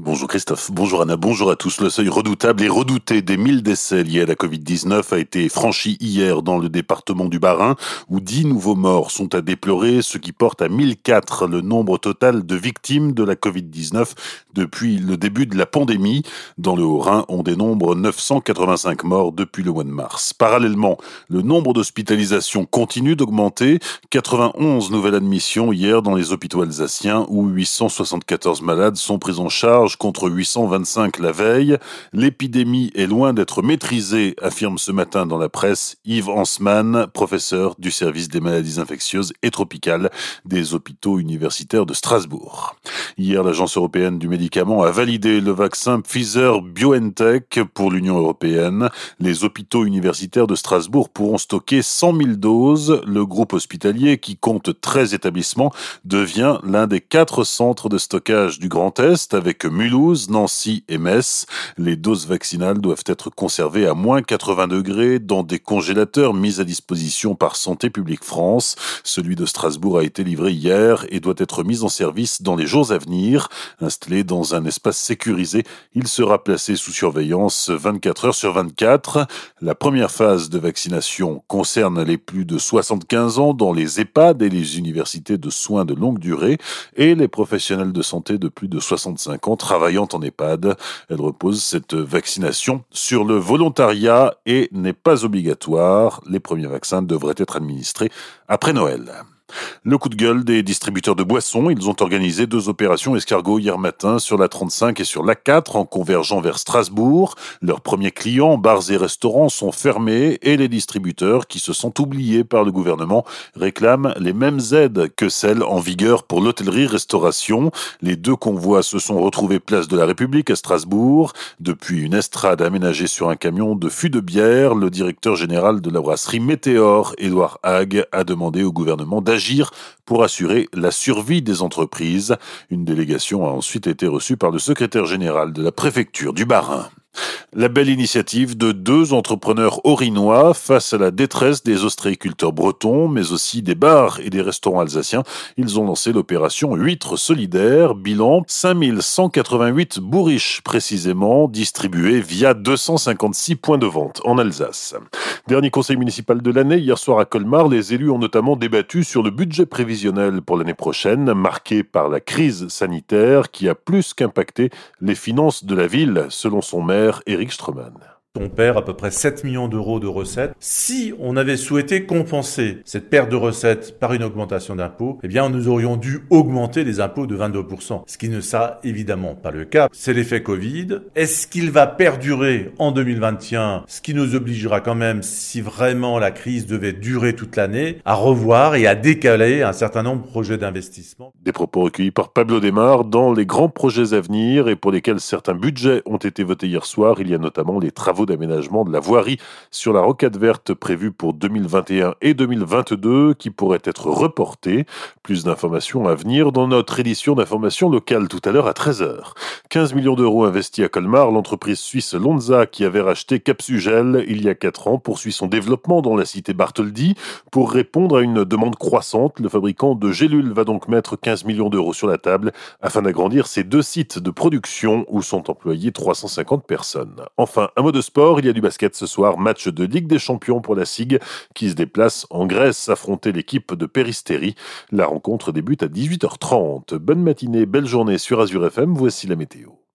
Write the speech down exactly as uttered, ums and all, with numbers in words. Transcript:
Bonjour Christophe, bonjour Anna, bonjour à tous. Le seuil redoutable et redouté des mille décès liés à la covid dix-neuf a été franchi hier dans le département du Bas-Rhin, où dix nouveaux morts sont à déplorer, ce qui porte à mille quatre le nombre total de victimes de la covid dix-neuf depuis le début de la pandémie. Dans le Haut-Rhin, on dénombre neuf cent quatre-vingt-cinq morts depuis le mois de mars. Parallèlement, le nombre d'hospitalisations continue d'augmenter. quatre-vingt-onze nouvelles admissions hier dans les hôpitaux alsaciens, où huit cent soixante-quatorze malades sont pris en charge contre huit cent vingt-cinq la veille. L'épidémie est loin d'être maîtrisée, affirme ce matin dans la presse Yves Hansmann, professeur du service des maladies infectieuses et tropicales des hôpitaux universitaires de Strasbourg. Hier, l'Agence européenne du médicament a validé le vaccin Pfizer-BioNTech pour l'Union européenne. Les hôpitaux universitaires de Strasbourg pourront stocker cent mille doses. Le groupe hospitalier, qui compte treize établissements, devient l'un des quatre centres de stockage du Grand Est, avec Mulhouse, Nancy et Metz. Les doses vaccinales doivent être conservées à moins quatre-vingts degrés dans des congélateurs mis à disposition par Santé publique France. Celui de Strasbourg a été livré hier et doit être mis en service dans les jours à venir. Installé dans un espace sécurisé, il sera placé sous surveillance vingt-quatre heures sur vingt-quatre. La première phase de vaccination concerne les plus de soixante-quinze ans dans les EHPAD et les universités de soins de longue durée et les professionnels de santé de plus de soixante-cinq ans travaillant en EHPAD. Elle repose, cette vaccination, sur le volontariat et n'est pas obligatoire. Les premiers vaccins devraient être administrés après Noël. Le coup de gueule des distributeurs de boissons, ils ont organisé deux opérations escargots hier matin sur la trente-cinq et sur l'A quatre en convergeant vers Strasbourg. Leurs premiers clients, bars et restaurants, sont fermés et les distributeurs, qui se sont oubliés par le gouvernement, réclament les mêmes aides que celles en vigueur pour l'hôtellerie-restauration. Les deux convois se sont retrouvés place de la République à Strasbourg. Depuis une estrade aménagée sur un camion de fûts de bière, le directeur général de la brasserie Météor, Édouard Hague, a demandé au gouvernement d'agir agir pour assurer la survie des entreprises. Une délégation a ensuite été reçue par le secrétaire général de la préfecture du Bas-Rhin. La belle initiative de deux entrepreneurs orinois face à la détresse des ostréiculteurs bretons, mais aussi des bars et des restaurants alsaciens. Ils ont lancé l'opération Huîtres solidaires, bilan cinq mille cent quatre-vingt-huit bourriches précisément, distribuées via deux cent cinquante-six points de vente en Alsace. Dernier conseil municipal de l'année, hier soir à Colmar, les élus ont notamment débattu sur le budget prévisionnel pour l'année prochaine, marqué par la crise sanitaire qui a plus qu'impacté les finances de la ville, selon son maire Éric Stroman. On perd à peu près sept millions d'euros de recettes. Si on avait souhaité compenser cette perte de recettes par une augmentation d'impôts, eh bien, nous aurions dû augmenter les impôts de vingt-deux pour cent. Ce qui ne sera évidemment pas le cas. C'est l'effet Covid. Est-ce qu'il va perdurer en deux mille vingt et un? Ce qui nous obligera quand même, si vraiment la crise devait durer toute l'année, à revoir et à décaler un certain nombre de projets d'investissement. Des propos recueillis par Pablo Desmar dans les grands projets à venir et pour lesquels certains budgets ont été votés hier soir. Il y a notamment les travaux d'aménagement de la voirie sur la Rocade Verte prévue pour deux mille vingt et un et deux mille vingt-deux qui pourraient être reportés. Plus d'informations à venir dans notre édition d'information locale tout à l'heure à treize heures. quinze millions d'euros investis à Colmar, l'entreprise suisse Lonza qui avait racheté Capsugel il y a quatre ans poursuit son développement dans la cité Bartholdi. Pour répondre à une demande croissante, le fabricant de gélules va donc mettre quinze millions d'euros sur la table afin d'agrandir ses deux sites de production où sont employées trois cent cinquante personnes. Enfin, un mot de sport, il y a du basket ce soir, match de Ligue des Champions pour la S I G qui se déplace en Grèce affronter l'équipe de Péristérie. La rencontre débute à dix-huit heures trente. Bonne matinée, belle journée sur Azure F M, voici la météo.